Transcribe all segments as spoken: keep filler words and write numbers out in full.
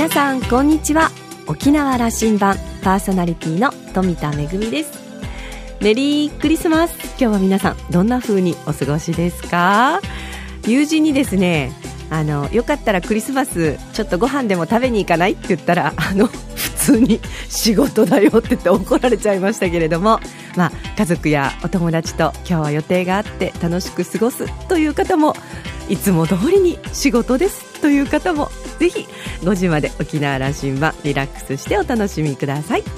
皆さんこんにちは。沖縄羅針盤パーソナリティの富田恵です。メリークリスマス。今日は皆さんどんな風にお過ごしですか？友人にですね、あのよかったらクリスマスちょっとご飯でも食べに行かないって言ったら、あの普通に仕事だよって言って怒られちゃいましたけれども、まあ、家族やお友達と今日は予定があって楽しく過ごすという方も、いつも通りに仕事ですという方も、ぜひごじまで沖縄羅針盤リラックスしてお楽しみください。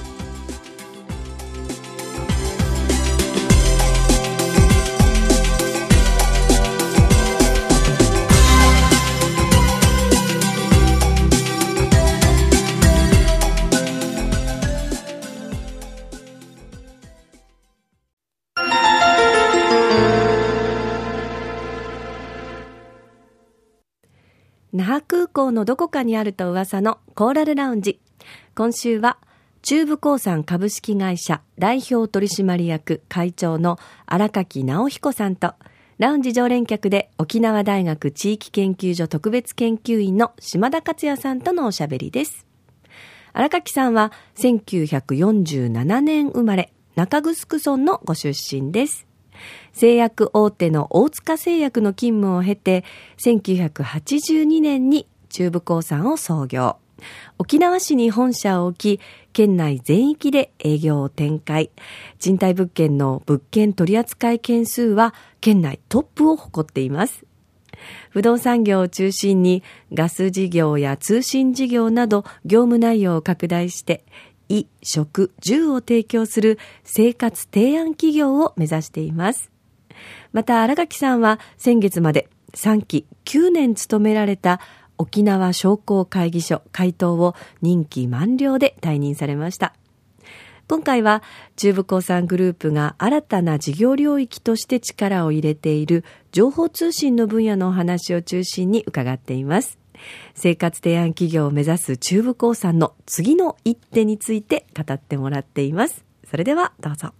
那覇空港のどこかにあると噂のコーラルラウンジ。今週は中部鉱産株式会社代表取締役会長の荒垣直彦さんと、ラウンジ常連客で沖縄大学地域研究所特別研究員の島田克也さんとのおしゃべりです。荒垣さんはせんきゅうひゃくよんじゅうななねん生まれ、中城村のご出身です。製薬大手の大塚製薬の勤務を経て、せんきゅうひゃくはちじゅうにねんに中部鉱産を創業。沖縄市に本社を置き、県内全域で営業を展開。賃貸物件の物件取扱件数は県内トップを誇っています。不動産業を中心にガス事業や通信事業など業務内容を拡大して、衣食住を提供する生活提案企業を目指しています。また荒垣さんは先月までさんききゅうねん務められた沖縄商工会議所会頭を任期満了で退任されました。今回は中部鉱産グループが新たな事業領域として力を入れている情報通信の分野のお話を中心に伺っています。生活提案企業を目指す中部鉱産の次の一手について語ってもらっています。それではどうぞ。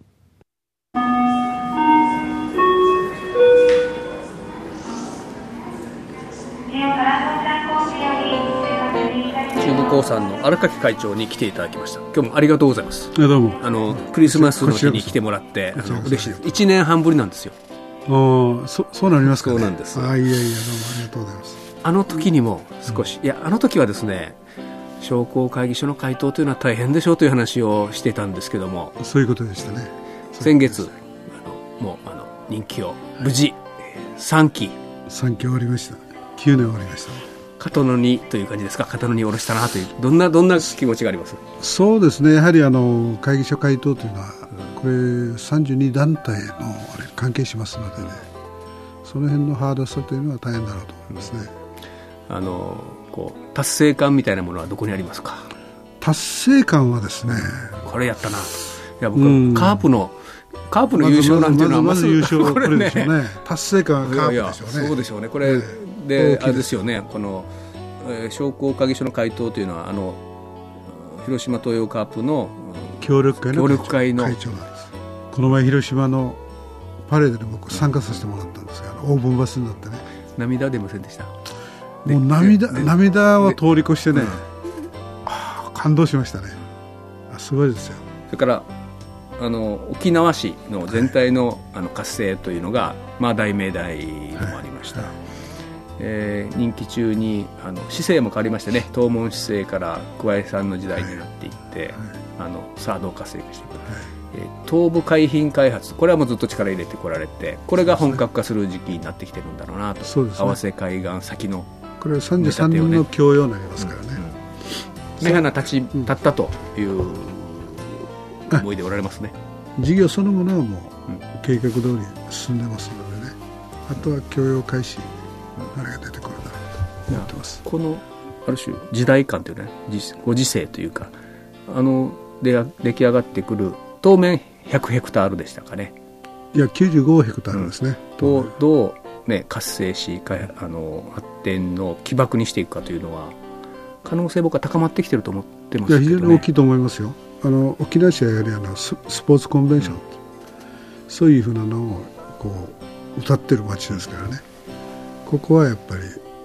中部鉱産の荒垣会長に来ていただきました。今日もありがとうございます。 どうも。 あのクリスマスの日に来てもらってあの嬉しいです。いちねんはんぶりなんですよ。 ああ、そそうなりますかね。 そうなんです。 あ、いやいや、どうもありがとうございます。 あの時にも少し、うん、いやあの時はですね、商工会議所の会頭というのは大変でしょうという話をしていたんですけども、 そういうことでしたね。 先月あのもうあの任期を無事さんきさんき終わりました。きゅうねん終わりました。 肩の荷という感じですか？肩の荷下ろしたなという、どんなどんな気持ちがあります？ そうですね、やはりあの会議所会頭というのは、これさんじゅうにだんたいのあれ関係しますのでね、その辺のハードさというのは大変だろうと思いますね。 あのこう達成感みたいなものはどこにありますか？ 達成感はですね、 これやったな。いや僕、うん、カープのカープの優勝なんていうのはまず、まず優勝これね、 これでしょうね。達成感はカープでしょうね。いやいやそうでしょうね。これ、ね、であれですよね、この、えー、商工会議所の会頭というのはあの広島東洋カープの協力会の協力会の会長なんです。この前広島のパレードに僕参加させてもらったんですが、オーブンバスになってね、 涙出ませんでした？ もう涙涙を通り越してね、あ感動しましたね。あすごいですよ。 それからあの沖縄市の全体 の,、はい、あの活性というのが、まあ、大命題でもありました、はいはい、えー、任期中にあの市政も変わりましてね、東門市政から桑江さんの時代になっていって、はいはい、あのサードを活性化していく、はい、えー、東部海浜開発、これはもうずっと力入れてこられて、これが本格化する時期になってきてるんだろうなと。 そうですね、 合わせ海岸先のこれはさんじゅうさんねんの教養になりますからね、 うん、目鼻立ち立ったという思いでおられますね。 事業そのものはもう計画通り進んでますのでね、あとは教養開始、あれが出てくるだろうと思ってます。 このある種時代感というね、ご時世というか、あので出来上がってくる当面ひゃくヘクタールでしたかね。 いやきゅうじゅうごヘクタールですね、 うん、とどうね、活性しあの発展の起爆にしていくかというのは可能性僕は高まってきてると思ってますけどね。 いや非常に大きいと思いますよ。あの沖縄市はやはりあの ス, スポーツコンベンション、うん、そういうふうなのをこう歌ってる街ですからね、ここはやっぱり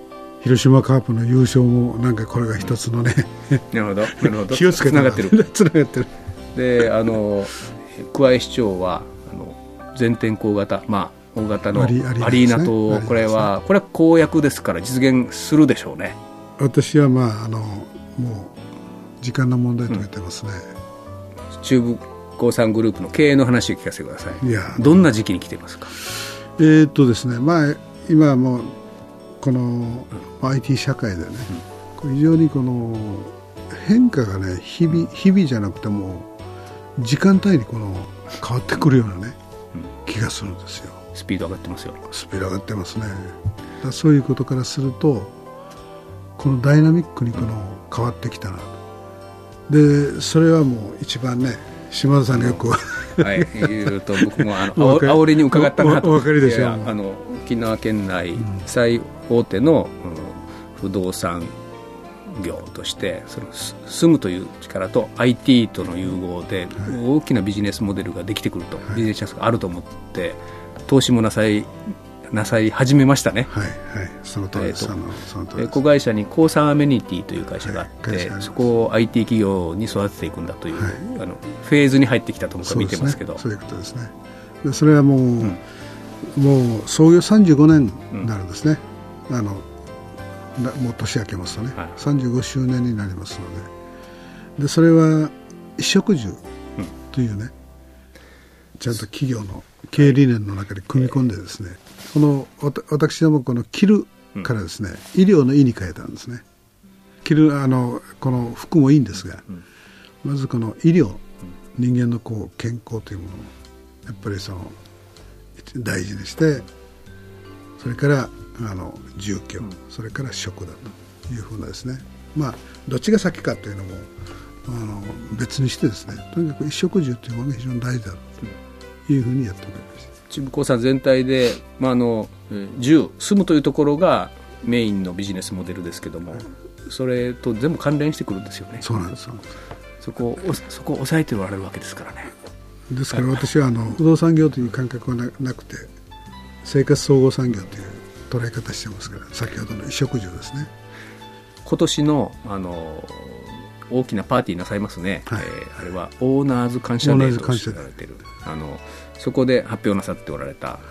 広島カープの優勝もなんかこれが一つのねなるほどなるほど気をつけてつながってるつながってるであの桑井市長はあの全天候型、まあ、大型のアリーナ島、ね、これはこれは公約ですから実現するでしょうね。 私はまああのもう時間の問題と言ってますね、 うん、中部興産グループの経営の話を聞かせてください。 いやどんな時期に来ていますか。 えーっとですね、まあ、今はもうこの、うん、アイティー 社会でね、うん、非常にこの変化がね日々、日々じゃなくても時間帯にこの変わってくるようなね、うん、気がするんですよ。 スピード上がってますよ。 スピード上がってますね。だそういうことからするとこのダイナミックにこの変わってきたな、うん、でそれはもう一番ね島田さんによく、 うん、はい、言うと僕もあのあおりに伺ったなと。 お分かりでしょう。 あの沖縄県内最大手の、うん、不動産業としてその住むという力と アイティー との融合で大きなビジネスモデルができてくると、はい、ビジネスチャンスがあると思って投資もなさいなさい始めましたね。 はいはい、その通りです。 子会社に興産アメニティという会社があって、はい、そこを アイティー 企業に育てていくんだという、はい、あのフェーズに入ってきたと僕は見てますけど。 そうですね、そういうことですね。でそれはもう、うん、もう創業さんじゅうごねんになるんですね、うん、あのもう年明けますとね、はい、さんじゅうごしゅうねんになりますので、でそれは衣食住というね、うん、ちゃんと企業の経営理念の中に組み込んでですね、この私どもこの着るからですね、うん、医療の医に変えたんですね。着るあのこの服もいいんですが、うん、まずこの医療、うん、人間のこう健康というものをやっぱりその大事にして、それからあの住居、うん、それから食だというふうなですね、まあどっちが先かというのもあの別にしてですね、とにかく衣食住というものが非常に大事だというふうにやっておりました。 中部興産全体で、まあ、あの住住むというところがメインのビジネスモデルですけども、はい、それと全部関連してくるんですよね。 そうなんです。 そこをそこを抑えておられるわけですからね。 ですから私はあの不動産業という感覚は な, なくて生活総合産業という捉え方してますから、先ほどの衣食住ですね。 今年 の, あの大きなパーティーなさいますね、はい、えー、あれはオーナーズ感謝デーとしてられている、あのそこで発表なさっておられた、はい、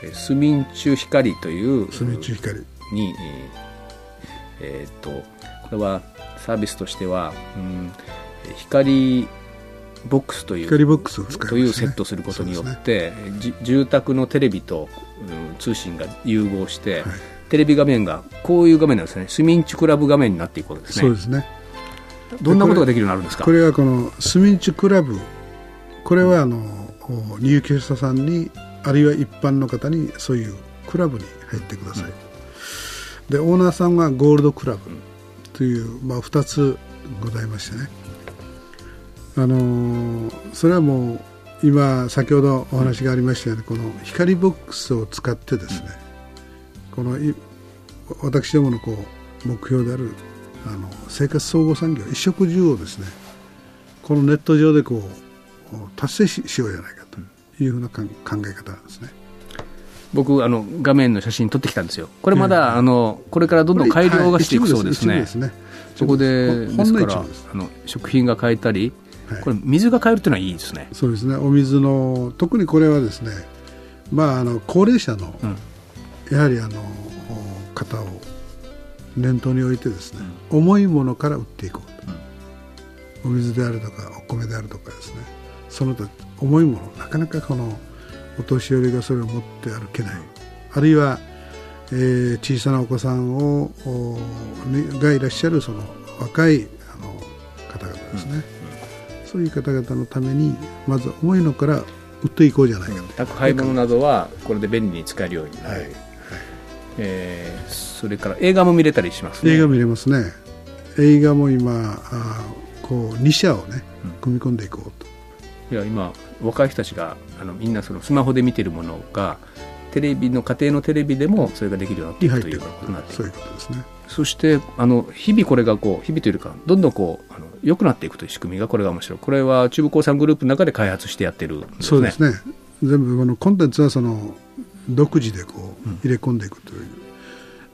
スミンチュ光というスミンチュ光に、えー、っとこれはサービスとしては、うん、光ボックスという光ボックスを使いますね、 というセットすることによって、ね、住宅のテレビと、うん、通信が融合して、はい、テレビ画面がこういう画面なんですね。スミンチュクラブ画面になっていくことですね。 そうですね。 どんなことができるようになるんですか。 これはこのスミンチュクラブ、これはあの、うん、入居者さんにあるいは一般の方にそういうクラブに入ってください、うん、でオーナーさんはゴールドクラブという、まあ、ふたつございましてね、あのー、それはもう今先ほどお話がありましたように、この光ボックスを使ってですね、この私どものこう目標であるあの生活総合産業衣食住をですね、このネット上でこう達成 し, しようじゃないかというふうな考え方なんですね。 僕あの画面の写真撮ってきたんですよ。これまだ、えー、あのこれからどんどん改良がしていくそうですね。はい、ですね。そこでですからあの食品が買えたり、はい、これ水が買えるというのはいいですね。 そうですね。お水の特にこれはですね、まあ、あの高齢者の、うん、やはりあの方を念頭に置いてですね、うん、重いものから売っていこうと、うん、お水であるとかお米であるとかですね、その他重いもの、なかなかこのお年寄りがそれを持って歩けない、あるいは、えー、小さなお子さんをがいらっしゃるその若いあの方々ですね、うんうん、そういう方々のためにまず重いのから売っていこうじゃないかと、うん、 宅配物などはこれで便利に使えるようになる、はいはい、えー、それから映画も見れたりしますね。 映画見れますね。映画も今あこうに社をね、うん、組み込んでいこうと。 いや今若い人たちがあのみんなそのスマホで見ているものがテレビの家庭のテレビでもそれができるようになっていくということになっていく。 そういうことですね。 そしてあの日々これがこう日々というかどんどんこうあの良くなっていくという仕組みがこれが面白い。これは中部興産グループの中で開発してやってるんですね。 そうですね。全部このコンテンツはその独自でこう入れ込んでいくという、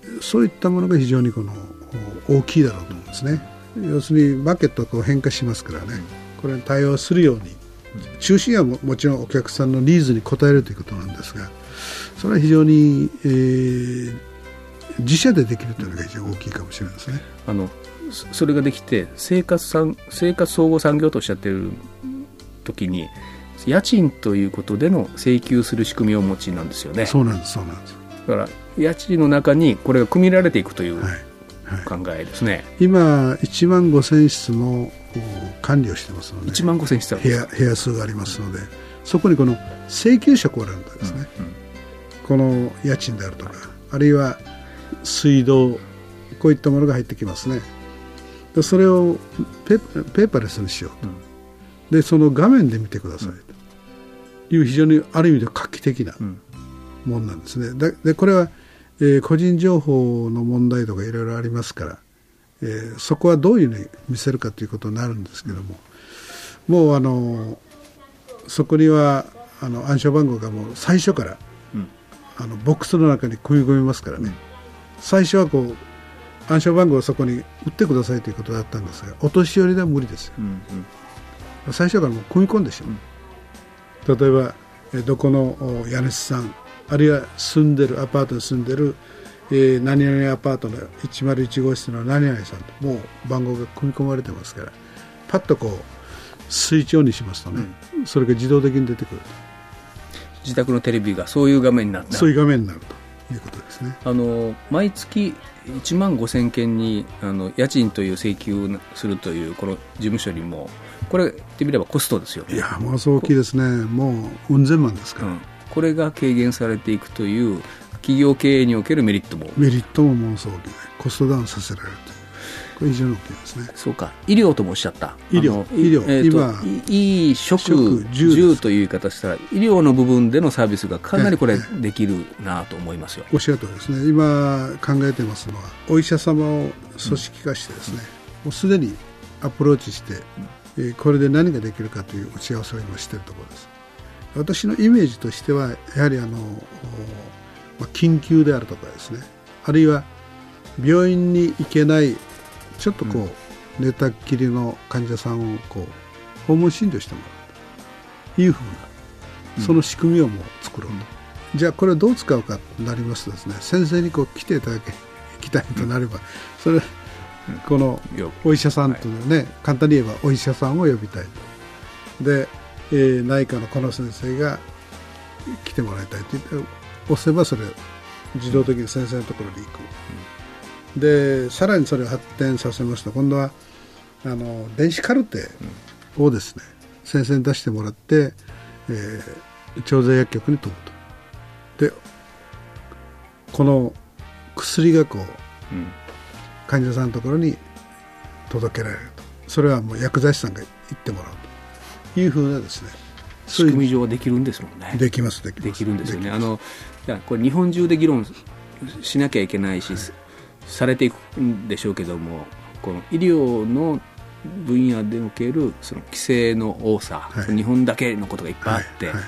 そういったものが非常にこの大きいだろうと思うんですね。要するにマーケットはこう変化しますからね、これに対応するように、中心は も, もちろんお客さんのニーズに応えるということなんですが、それは非常に、えー、自社でできるというのが非常に大きいかもしれないですね。 あのそれができて生活産生活総合産業とおっしゃっている時に家賃ということでの請求する仕組みをお持ちなんですよね。 そうなんですそうなんです。 だから家賃の中にこれが組み入れられていくという考えですね、はいはい、 今いちまんごせん室の管理をしてますので、 いちまんごせん室あるんですか。 部屋、部屋数がありますので、そこにこの請求書があるんですね、うんうん、この家賃であるとか、あるいは水道、こういったものが入ってきますね。でそれを ペ, ペーパーレスにしようと、うん、でその画面で見てくださいという非常にある意味で画期的なものなんですね。で, でこれは、えー、個人情報の問題とかいろいろありますから、えー、そこはどういうふうに見せるかということになるんですけども、もうあのそこにはあの暗証番号がもう最初から、うん、あのボックスの中に組み込みますからね、うん、最初はこう暗証番号をそこに打ってくださいということだったんですが、お年寄りでは無理ですよ、うんうん、最初からもう組み込んでしまう、うん、例えばえどこの家主さん、あるいは住んでるアパートに住んでる、えー、何々アパートのいちまるいち号室の何々さんともう番号が組み込まれてますから、パッとこうスイッチオンにしますとね、うん、それが自動的に出てくると。 自宅のテレビがそういう画面になった、 そういう画面になるということですね。 あの毎月いちまんごせんけんにあの家賃という請求するというこの事務所にも、これ言ってみればコストですよね。 いやものすごく大きいですね。もううん千万ですから、うん、 これが軽減されていくという企業経営におけるメリットもメリットもものすごく大きい、コストダウンさせられるという、これ非常に大きいですね。 そうか、医療ともおっしゃった。 医療、医療、 えー、今いい食住という言い方したら医療の部分でのサービスがかなりこれできるなと思いますよ。 おっしゃるとおりですね。今考えてますのはお医者様を組織化してですね、うん、もうすでにアプローチして、うんえー、これで何ができるかという打ち合わせを今しているところです。私のイメージとしてはやはりあの、まあ、緊急であるとかですね、あるいは病院に行けないちょっとこう、うん、寝たっきりの患者さんをこう訪問診療してもらうというふうな、その仕組みをもう作ろうと、うん、じゃあこれをどう使うかとなりますとですね、先生にこう来ていただけきたいとなれば、うん、それこのお医者さんというね、はい、簡単に言えばお医者さんを呼びたいと。で、えー、内科のこの先生が来てもらいたいと言って押せばそれ自動的に先生のところに行く、うん、でさらにそれを発展させますと、今度はあの電子カルテをですね、うん、先生に出してもらって、えー、調剤薬局に飛ぶと。でこの薬がこう、うん、患者さんのところに届けられると。それはもう薬剤師さんが行ってもらうというふうなですね、 仕組み上できるんですもんね。 できますできますできるんですよね。あのこれ日本中で議論しなきゃいけないし、はい、されていくんでしょうけども、この医療の分野でおけるその規制の多さ、はい、日本だけのことがいっぱいあって、はいはい、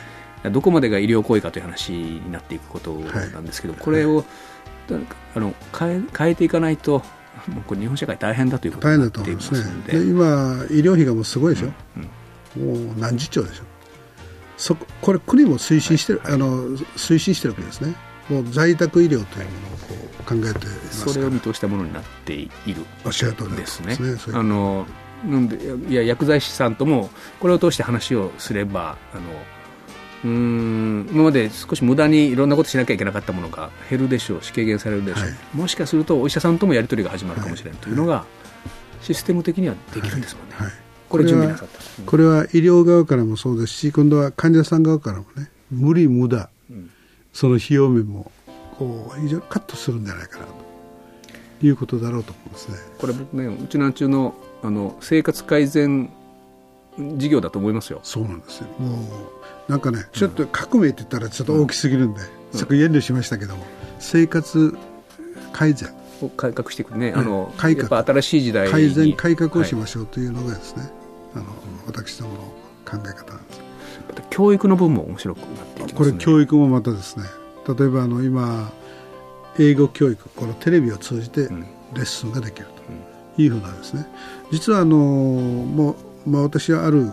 どこまでが医療行為かという話になっていくことなんですけど、はい、これを、はい、あの変え、変えていかないともうこれ日本社会大変だということになっていますので、大変だと思いますね。で今医療費がもうすごいでしょ、うんうん、もう何十兆でしょ。そこれ国も推進してる、はいはい、あの推進してるわけですね。もう在宅医療というものをこう考えていますから、 それを見通したものになっているおっしゃる通りですね。 あのなんでいや薬剤師さんともこれを通して話をすれば、あのうーん今まで少し無駄にいろんなことしなきゃいけなかったものが減るでしょうし、軽減されるでしょう、はい、もしかするとお医者さんともやり取りが始まるかもしれないというのが、はい、システム的にはできるんですもんね、はいはい、これ準備なさった、うん、 これは医療側からもそうですし、今度は患者さん側からもね、無理無駄、うん、その費用面もこう非常にカットするんじゃないかなということだろうと思うんですね。 これ僕ね、うちなんちゅうの、あの生活改善事業だと思いますよ。 そうなんですよ。もうなんかね、ちょっと革命って言ったらちょっと大きすぎるんで、うん、ちょっと遠慮しましたけども、生活改善を改革していくね、あの改革、やっぱ新しい時代に改善改革をしましょうというのがですね、はい、あの私どもの考え方なんです。 また教育の分も面白くなっていきますね。 これ教育もまたですね、例えばあの今英語教育、このテレビを通じてレッスンができるというふうなんですね。実はあのもう、まあ、私はある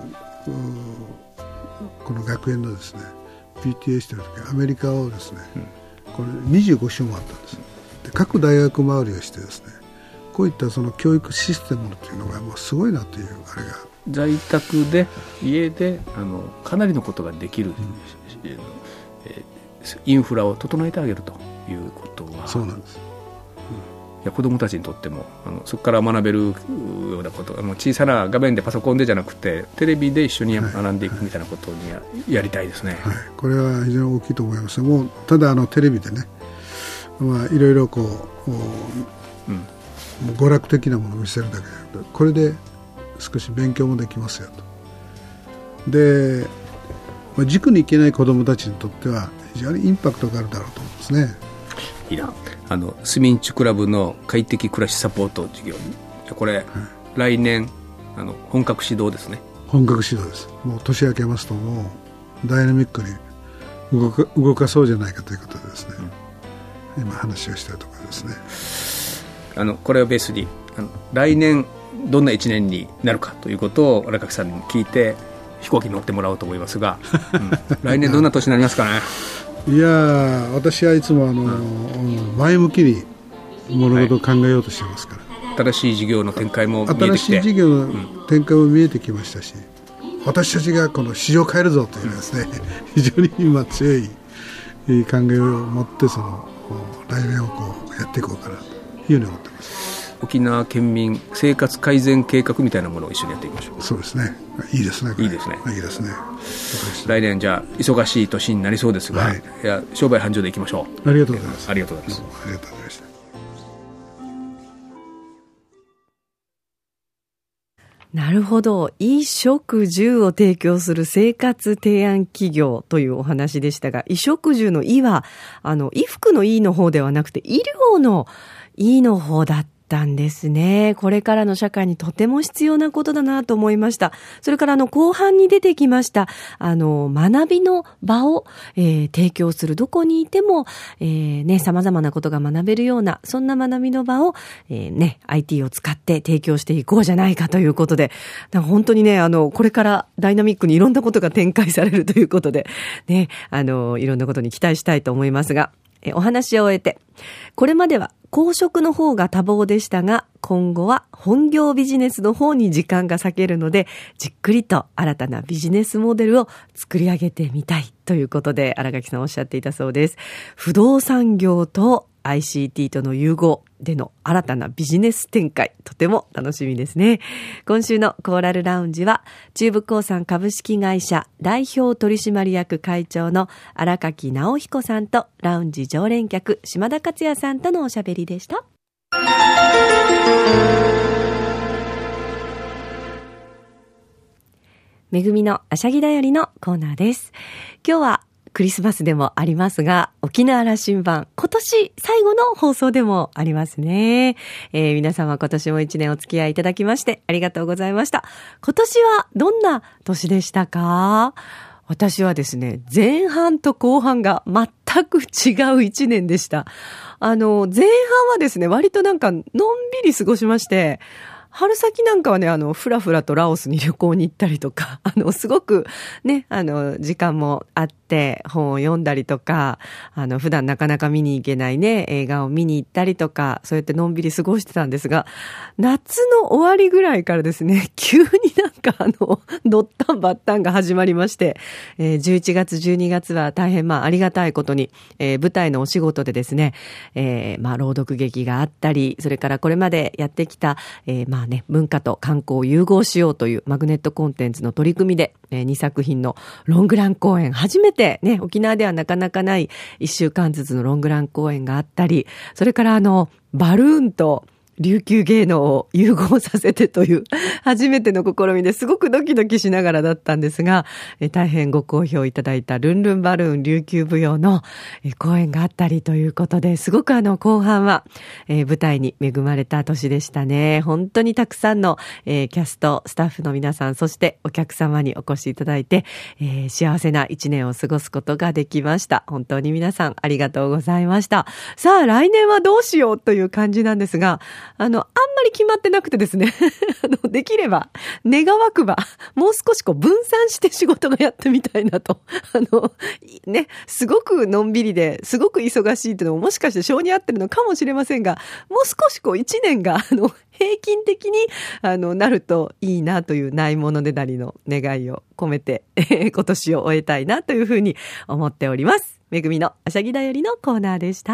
この学園のですね ピーティーエー してる時アメリカをですね、これにじゅうごしゅ回ったんです。で各大学回りをしてですね、こういったその教育システムというのがもうすごいなというあれが、 在宅で家であのかなりのことができる、うんえー、インフラを整えてあげるということは、 そうなんです、うん、いや子どもたちにとってもあのそこから学べるようなこと、あの小さな画面でパソコンでじゃなくてテレビで一緒に学んでいくみたいなことに や,、はい、やりたいですね、 はい、これは非常に大きいと思います。もうただあのテレビでね、まあ、いろいろこう、うん、もう娯楽的なものを見せるだけでこれで少し勉強もできますよと。で、まあ、塾に行けない子どもたちにとっては非常にインパクトがあるだろうと思うんですね。 いいな。あのスミンチュクラブの快適暮らしサポート事業、これ、はい、来年あの本格始動ですね。 本格始動です。もう年明けますともうダイナミックに動か、動かそうじゃないかということでですね、うん、今話をしているところですね。 あのこれをベースにあの来年どんないちねんになるかということを荒垣さんに聞いて飛行機に乗ってもらおうと思いますが、うん、来年どんな年になりますかね。 いや私はいつもあの、うん、前向きに物事を考えようとしてますから、 はい、新しい事業の展開も見えてきて、 新しい事業の展開も見えてきましたし、うん、私たちがこの市場を変えるぞというですね、うん、非常に今強い考えを持ってその来年をこうやっていこうかなというふうに思っています。 沖縄県民生活改善計画みたいなものを一緒にやっていきましょう。 そうですね。いいですね。 いいですね。 いいですね。 来年じゃあ忙しい年になりそうですが、はい、いや商売繁盛でいきましょう。ありがとうございます。 ありがとうございます。 ありがとうございました。 なるほど。衣食住を提供する生活提案企業というお話でしたが、衣食住の衣は、あの、衣服の衣の方ではなくて、医療の衣の方だったんですね。これからの社会にとても必要なことだなと思いました。それからあの後半に出てきましたあの学びの場を、えー、提供する、どこにいても、えー、ね、様々なことが学べるようなそんな学びの場を、えー、ね アイティー を使って提供していこうじゃないかということで、なんか本当にね、あのこれからダイナミックにいろんなことが展開されるということでね、あのいろんなことに期待したいと思いますが、えお話を終えて、これまでは公職の方が多忙でしたが、今後は本業ビジネスの方に時間が割けるので、じっくりと新たなビジネスモデルを作り上げてみたいということで荒垣さんおっしゃっていたそうです。不動産業と アイシーティー との融合での新たなビジネス展開、とても楽しみですね。今週のコーラルラウンジは中部興産株式会社代表取締役会長の荒垣直彦さんとラウンジ常連客島田克也さんとのおしゃべりでした。めぐみのあしゃぎだよりのコーナーです。今日はクリスマスでもありますが、沖縄羅針盤、今年最後の放送でもありますね。えー、皆様今年も一年お付き合いいただきましてありがとうございました。今年はどんな年でしたか？私はですね、前半と後半が全く違う一年でした。あの、前半はですね、割となんかのんびり過ごしまして、春先なんかはね、あの、ふらふらとラオスに旅行に行ったりとか、あの、すごくね、あの、時間もあって、本を読んだりとか、あの、普段なかなか見に行けないね、映画を見に行ったりとか、そうやってのんびり過ごしてたんですが、夏の終わりぐらいからですね、急になんかあの、ドッタンバッタンが始まりまして、えー、じゅういちがつ、じゅうにがつは大変まあありがたいことに、えー、舞台のお仕事でですね、えー、まあ朗読劇があったり、それからこれまでやってきた、えー、まあね、文化と観光を融合しようというマグネットコンテンツの取り組みで、えー、にさく品のロングラン公演、初めてね、沖縄ではなかなかないいっしゅうかんずつのロングラン公演があったり、それからあの、バルーンと琉球芸能を融合させてという初めての試みですごくドキドキしながらだったんですが、え大変ご好評いただいたルンルンバルーン琉球舞踊のえ公演があったりということで、すごくあの後半は、えー舞台に恵まれた年でしたね。本当にたくさんの、えーキャスト、スタッフの皆さん、そしてお客様にお越しいただいて、えー幸せな一年を過ごすことができました。本当に皆さんありがとうございました。さあ来年はどうしようという感じなんですが、あの、あんまり決まってなくてですね、あの、できれば、願わくば、もう少しこう分散して仕事がやってみたいなと、あの、ね、すごくのんびりで、すごく忙しいっていうのももしかして性に合ってるのかもしれませんが、もう少しこう一年が、あの、平均的に、あの、なるといいなというないものねだりの願いを込めて、今年を終えたいなというふうに思っております。めぐみのあしゃぎだよりのコーナーでした。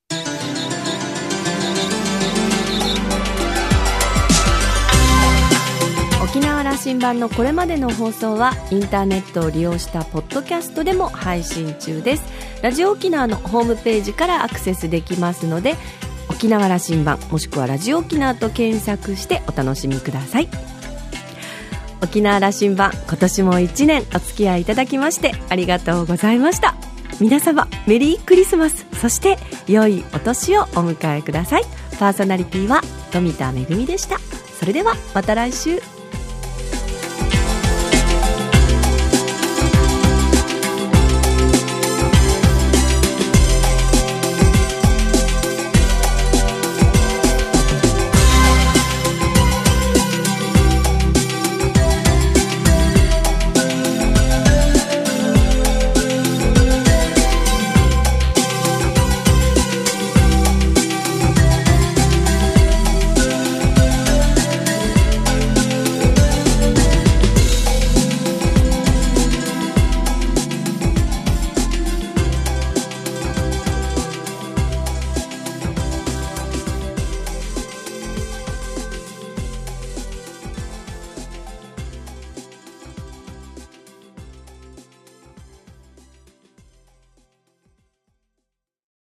沖縄羅針盤のこれまでの放送はインターネットを利用したポッドキャストでも配信中です。ラジオ沖縄のホームページからアクセスできますので、沖縄羅針盤もしくはラジオ沖縄と検索してお楽しみください。沖縄羅針盤、今年も一年お付き合いいただきましてありがとうございました。皆様メリークリスマス、そして良いお年をお迎えください。パーソナリティは富田恵でした。それではまた来週。